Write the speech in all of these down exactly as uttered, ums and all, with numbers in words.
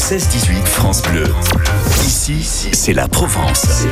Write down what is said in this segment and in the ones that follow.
seize dix-huit France Bleu. Ici, c'est la Provence.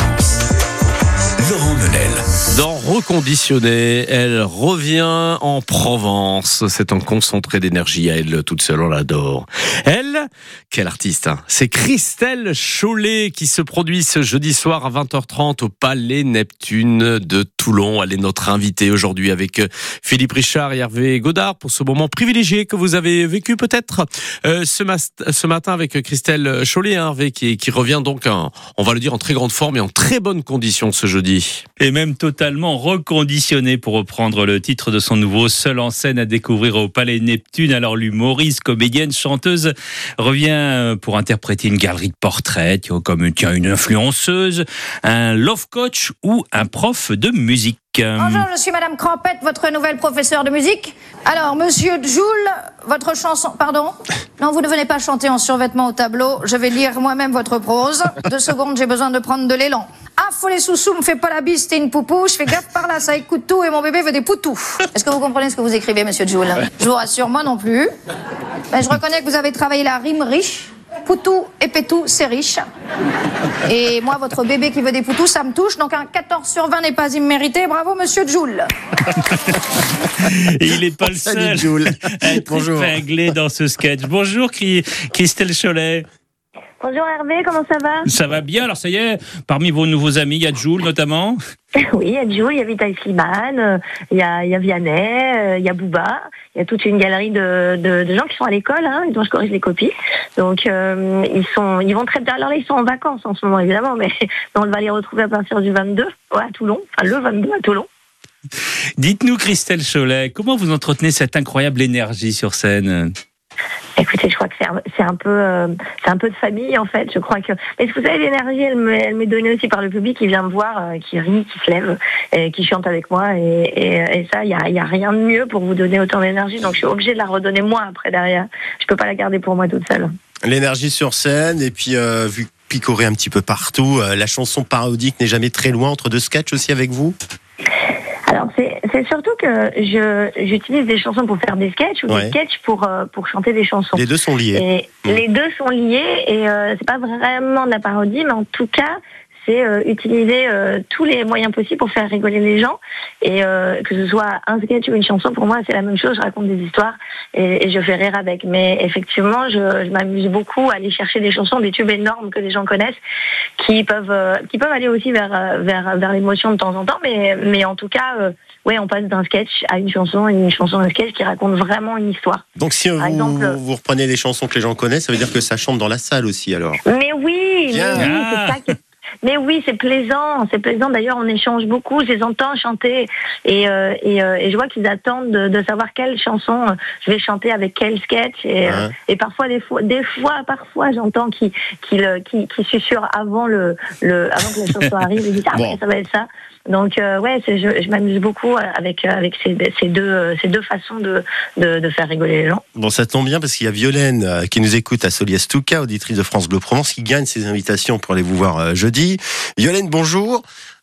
Laurent Menel. Dans Reconditionné, elle revient en Provence. C'est un concentré d'énergie à elle toute seule, on l'adore. Elle, quelle artiste, hein. C'est Christelle Chollet qui se produit ce jeudi soir à vingt heures trente au Palais Neptune de Toulon. Elle est notre invitée aujourd'hui avec Philippe Richard et Hervé Godard pour ce moment privilégié que vous avez vécu peut-être euh, ce, mas- ce matin avec Christelle Chollet, hein, Hervé, qui, qui revient donc, en, on va le dire, en très grande forme et en très bonne condition ce jeudi. Et même totalement reconditionné, pour reprendre le titre de son nouveau Seul en scène à découvrir au Palais Neptune. Alors l'humoriste, comédienne, chanteuse revient pour interpréter une galerie de portraits, comme tiens, une influenceuse, un love coach ou un prof de musique. Bonjour, je suis Madame Crampette, votre nouvelle professeure de musique. Alors, Monsieur Joule, votre chanson... Pardon ? Non, vous ne venez pas chanter en survêtement au tableau. Je vais lire moi-même votre prose. Deux secondes, j'ai besoin de prendre de l'élan. Ah, faut les sous-sous, me fais pas la bise, t'es une poupou. Je fais gaffe par là, ça écoute tout et mon bébé veut des poutous. Est-ce que vous comprenez ce que vous écrivez, Monsieur Joule ? Je vous rassure, moi non plus. Ben, je reconnais que vous avez travaillé la rime riche. Poutou et pétou, c'est riche. Et moi, votre bébé qui veut des poutous, ça me touche. Donc un quatorze sur vingt n'est pas immérité. Bravo, Monsieur Joule. Et il n'est pas le seul à être épinglé dans ce sketch. Bonjour, Christelle Chollet. Bonjour Hervé, comment ça va ? Ça va bien, alors ça y est, parmi vos nouveaux amis, il y a Joule notamment. Oui, il y a Joule, il y a Vitaly Slimane, il y a, il y a Vianney, il y a Booba, il y a toute une galerie de, de, de gens qui sont à l'école, hein, dont je corrige les copies. Donc euh, ils sont, ils vont très bien. Alors là, ils sont en vacances en ce moment évidemment, mais on va les retrouver à partir du vingt-deux ouais, à Toulon, enfin le vingt-deux à Toulon. Dites-nous Christelle Chollet, comment vous entretenez cette incroyable énergie sur scène ? Écoutez, je crois que c'est un, c'est un peu, euh, c'est un peu de famille en fait. Je crois que, mais vous savez, l'énergie, elle m'est, elle m'est donnée aussi par le public qui vient me voir, euh, qui rit, qui se lève, et qui chante avec moi. Et, et, et ça, il y a, il y a rien de mieux pour vous donner autant d'énergie. Donc, je suis obligée de la redonner moi après derrière. Je peux pas la garder pour moi toute seule. L'énergie sur scène et puis euh, vu picorer un petit peu partout, euh, la chanson parodique n'est jamais très loin entre deux sketchs aussi avec vous. Alors c'est, c'est surtout que je, j'utilise des chansons pour faire des sketchs ou ouais. des sketchs pour, euh, pour chanter des chansons. Les deux sont liés. Et mmh. Les deux sont liés et euh, c'est pas vraiment de la parodie, mais en tout cas c'est euh, utiliser euh, tous les moyens possibles pour faire rigoler les gens. Et euh, que ce soit un sketch ou une chanson, pour moi c'est la même chose, je raconte des histoires et, et je fais rire avec. Mais effectivement, je, je m'amuse beaucoup à aller chercher des chansons, des tubes énormes que les gens connaissent, qui peuvent, euh, qui peuvent aller aussi vers, vers, vers l'émotion de temps en temps. Mais, mais en tout cas, euh, ouais, on passe d'un sketch à une chanson, et une chanson à un sketch qui raconte vraiment une histoire. Donc si vous, exemple, vous reprenez des chansons que les gens connaissent, ça veut dire que ça chante dans la salle aussi alors. Mais oui, mais oui, c'est ça qui... Mais oui, c'est plaisant, c'est plaisant. D'ailleurs, on échange beaucoup, je les entends chanter et, euh, et, euh, et je vois qu'ils attendent de, de savoir quelle chanson je vais chanter avec quel sketch. Et, ouais. euh, et parfois, des fois, des fois, parfois, j'entends qu'ils qu'ils, qu'ils, qu'ils susurrent avant le, le, avant que la chanson arrive. Ils disent ah bon. ouais, ça va être ça. Donc euh, ouais, c'est, je, je m'amuse beaucoup avec avec ces, ces deux ces deux façons de, de de faire rigoler les gens. Bon, ça tombe bien parce qu'il y a Violaine euh, qui nous écoute à Soliez-Touca, auditrice de France Bleu Provence, qui gagne ses invitations pour aller vous voir euh, jeudi. Violaine, bonjour.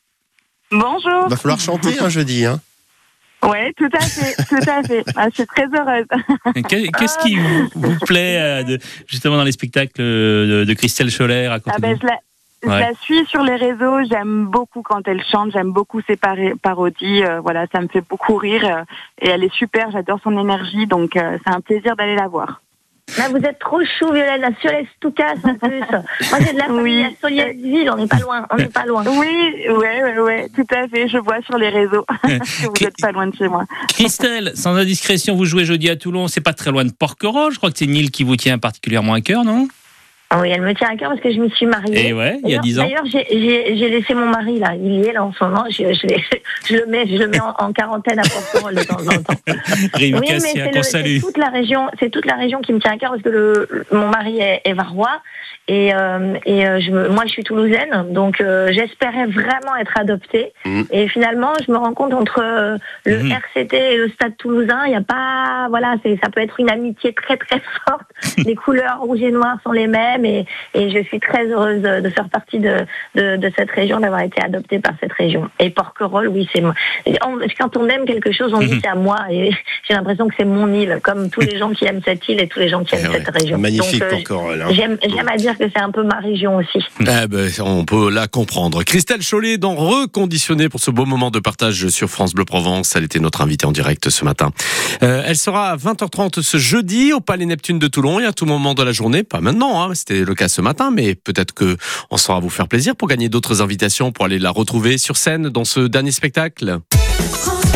Bonjour. Va falloir chanter un jeudi, hein. Ouais, tout à fait, tout à fait. Ah, je suis très heureuse. Qu'est-ce qui vous, vous plaît euh, de, justement dans les spectacles de, de Christelle Chollet? Ah ben je la Je ouais. la suis sur les réseaux, j'aime beaucoup quand elle chante, j'aime beaucoup ses par- parodies, euh, voilà, ça me fait beaucoup rire euh, et elle est super, j'adore son énergie, donc euh, c'est un plaisir d'aller la voir. Là, vous êtes trop chou, Violaine, à Soliez-Touca en plus. Moi, j'ai de la famille oui. à Soliez-Ville, on n'est pas loin, on n'est pas loin. Oui, ouais, ouais, ouais, tout à fait, je vois sur les réseaux que vous n'êtes pas loin de chez moi. Christelle, sans indiscrétion, vous jouez jeudi à Toulon, c'est pas très loin de Porquerolles, je crois que c'est une île qui vous tient particulièrement à cœur, non ? Oui, elle me tient à cœur parce que je me suis mariée. Et ouais, il y a dix ans. D'ailleurs, j'ai, j'ai, j'ai laissé mon mari là. Il y est là en ce moment. Je, je, je le mets, je le mets en, en quarantaine à Porquerolles de temps en temps. Oui, mais c'est, le, c'est toute la région, c'est toute la région qui me tient à cœur parce que le, mon mari est, est varois et, euh, et je, moi je suis toulousaine, donc euh, j'espérais vraiment être adoptée. Mmh. Et finalement, je me rends compte entre euh, le mmh. R C T et le Stade Toulousain, il y a pas, voilà, c'est, ça peut être une amitié très très forte. Les couleurs rouge et noir sont les mêmes. moi-même et, et je suis très heureuse de faire partie de, de, de cette région, d'avoir été adoptée par cette région. Et Porquerolles, oui, c'est moi. On, quand on aime quelque chose, on dit c'est à moi et j'ai l'impression que c'est mon île, comme tous les gens qui aiment cette île et tous les gens qui aiment eh cette ouais. région. Magnifique Donc, euh, Porquerolles. Hein. J'aime, j'aime à dire que c'est un peu ma région aussi. Eh ben, on peut la comprendre. Christelle Chollet dans Reconditionné pour ce beau moment de partage sur France Bleu Provence. Elle était notre invitée en direct ce matin. Euh, elle sera à vingt heures trente ce jeudi au Palais Neptune de Toulon et à tout moment de la journée. Pas maintenant, hein, c'était le cas ce matin, mais peut-être qu'on saura vous faire plaisir pour gagner d'autres invitations pour aller la retrouver sur scène dans ce dernier spectacle.